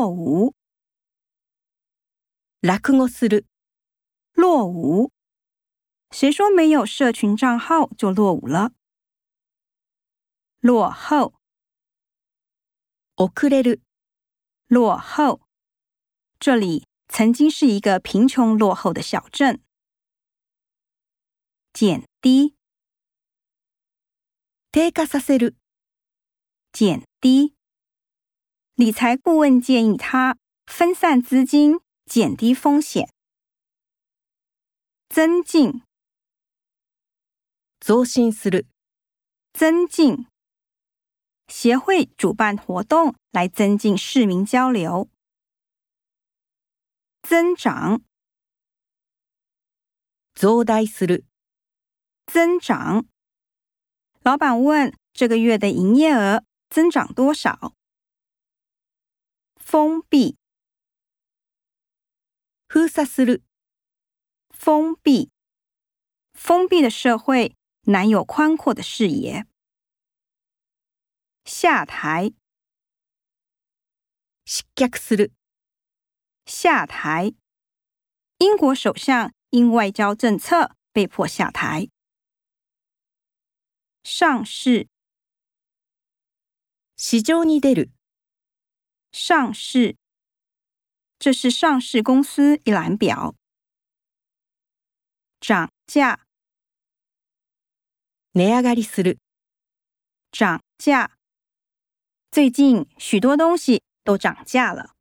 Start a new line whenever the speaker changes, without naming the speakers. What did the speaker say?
落伍。
落語する。
落伍。谁说没有社群账号就落伍了？落后。
遅れる。
落后。这里曾经是一个贫穷落后的小镇。减低。
低下させる。
减低。理财顾问建议他分散资金，减低风险。增进。
増進する。
增进。协会主办活动来增进市民交流。增长。
増大する。
增长。老板问这个月的营业额增长多少？封闭。
封鎖する。
封闭。封闭的社会难有宽阔的视野。下台。
失脚する。
下台。英国首相因外交政策被迫下台。上市。
市場に出る。
上市。这是上市公司一览表。涨价。
値上がりする。
涨价。最近许多东西都涨价了。